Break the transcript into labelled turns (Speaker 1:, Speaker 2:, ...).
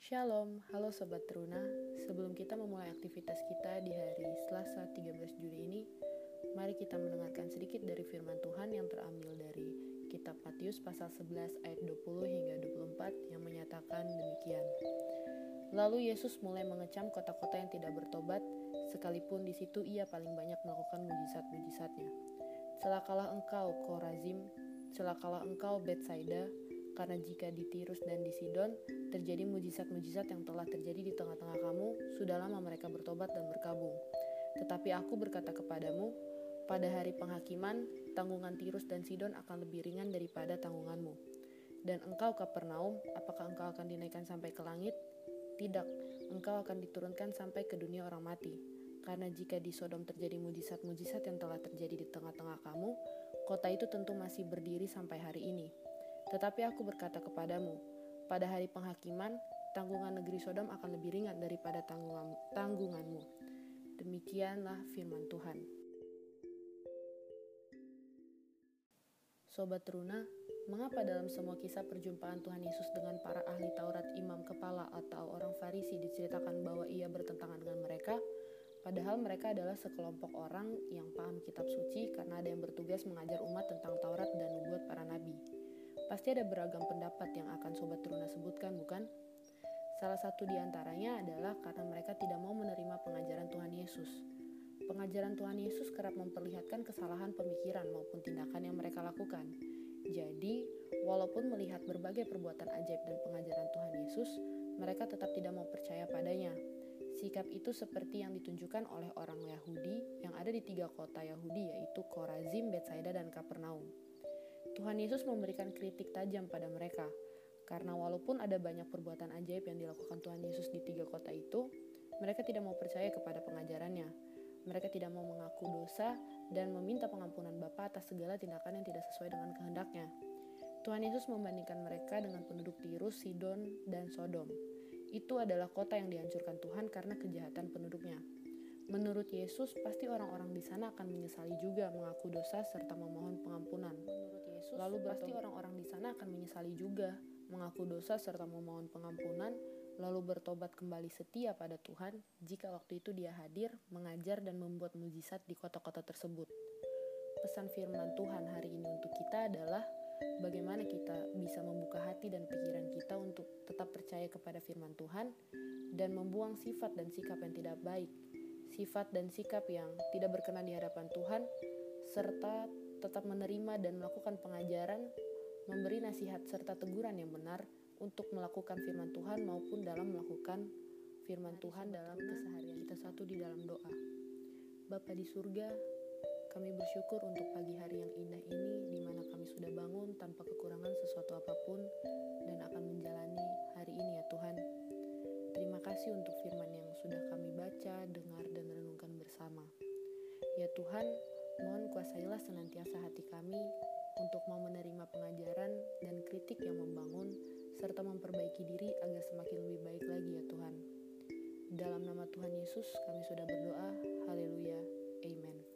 Speaker 1: Shalom, halo Sobat Teruna. Sebelum kita memulai aktivitas kita di hari Selasa 13 Juli ini, mari kita mendengarkan sedikit dari firman Tuhan yang terambil dari Kitab Matius pasal 11 ayat 20 hingga 24 yang menyatakan demikian. Lalu Yesus mulai mengecam kota-kota yang tidak bertobat, sekalipun di situ ia paling banyak melakukan mujizat-mujizatnya. Celakalah engkau, Korazim, celakalah engkau, Betsaida, karena jika di Tirus dan di Sidon terjadi mujizat-mujizat yang telah terjadi di tengah-tengah kamu, sudah lama mereka bertobat dan berkabung. Tetapi aku berkata kepadamu, pada hari penghakiman, tanggungan Tirus dan Sidon akan lebih ringan daripada tanggunganmu. Dan engkau, Kapernaum, apakah engkau akan dinaikkan sampai ke langit? Tidak, engkau akan diturunkan sampai ke dunia orang mati. Karena jika di Sodom terjadi mujizat-mujizat yang telah terjadi di tengah-tengah kamu, kota itu tentu masih berdiri sampai hari ini. Tetapi aku berkata kepadamu, pada hari penghakiman, tanggungan negeri Sodom akan lebih ringan daripada tanggunganmu. Demikianlah firman Tuhan. Sobat Teruna, mengapa dalam semua kisah perjumpaan Tuhan Yesus dengan para ahli Taurat, imam kepala atau orang Farisi diceritakan bahwa ia bertentangan dengan mereka, padahal mereka adalah sekelompok orang yang paham kitab suci karena ada yang bertugas mengajar umat tentang Taurat dan nubuat para nabi. Pasti ada beragam pendapat yang akan Sobat Teruna sebutkan, bukan? Salah satu di antaranya adalah karena mereka tidak mau menerima pengajaran Tuhan Yesus. Pengajaran Tuhan Yesus kerap memperlihatkan kesalahan pemikiran maupun tindakan yang mereka lakukan. Jadi, walaupun melihat berbagai perbuatan ajaib dan pengajaran Tuhan Yesus, mereka tetap tidak mau percaya padanya. Sikap itu seperti yang ditunjukkan oleh orang Yahudi yang ada di 3 kota Yahudi, yaitu Korazim, Betsaida, dan Kapernaum. Tuhan Yesus memberikan kritik tajam pada mereka, karena walaupun ada banyak perbuatan ajaib yang dilakukan Tuhan Yesus di 3 kota itu, mereka tidak mau percaya kepada pengajarannya. Mereka tidak mau mengaku dosa dan meminta pengampunan Bapa atas segala tindakan yang tidak sesuai dengan kehendaknya. Tuhan Yesus membandingkan mereka dengan penduduk Tirus, Sidon, dan Sodom. Itu adalah kota yang dihancurkan Tuhan karena kejahatan penduduknya. Menurut Yesus, pasti orang-orang di sana akan menyesali juga mengaku dosa serta memohon pengampunan. Pasti orang-orang di sana akan menyesali juga mengaku dosa serta memohon pengampunan, lalu bertobat kembali setia pada Tuhan jika waktu itu dia hadir, mengajar dan membuat mujizat di kota-kota tersebut. Pesan firman Tuhan hari ini untuk kita adalah bagaimana kita bisa membuka hati dan pikiran kita untuk tetap percaya kepada firman Tuhan dan membuang sifat dan sikap yang tidak baik, sifat dan sikap yang tidak berkenan di hadapan Tuhan, serta tetap menerima dan melakukan pengajaran, memberi nasihat serta teguran yang benar untuk melakukan firman Tuhan maupun dalam melakukan firman Tuhan dalam keseharian kita. Satu di dalam doa. Bapa di surga, kami bersyukur untuk pagi hari yang indah ini di mana kami sudah bangun tanpa kekurangan sesuatu apapun dan akan menjalani hari ini ya Tuhan. Terima kasih untuk firman yang sudah kami baca, dengar, dan renungkan bersama. Ya Tuhan, mohon kuasailah senantiasa hati kami untuk mau menerima pengajaran dan kritik yang membangun serta memperbaiki diri agar semakin lebih baik lagi ya Tuhan. Dalam nama Tuhan Yesus kami sudah berdoa. Haleluya. Amen.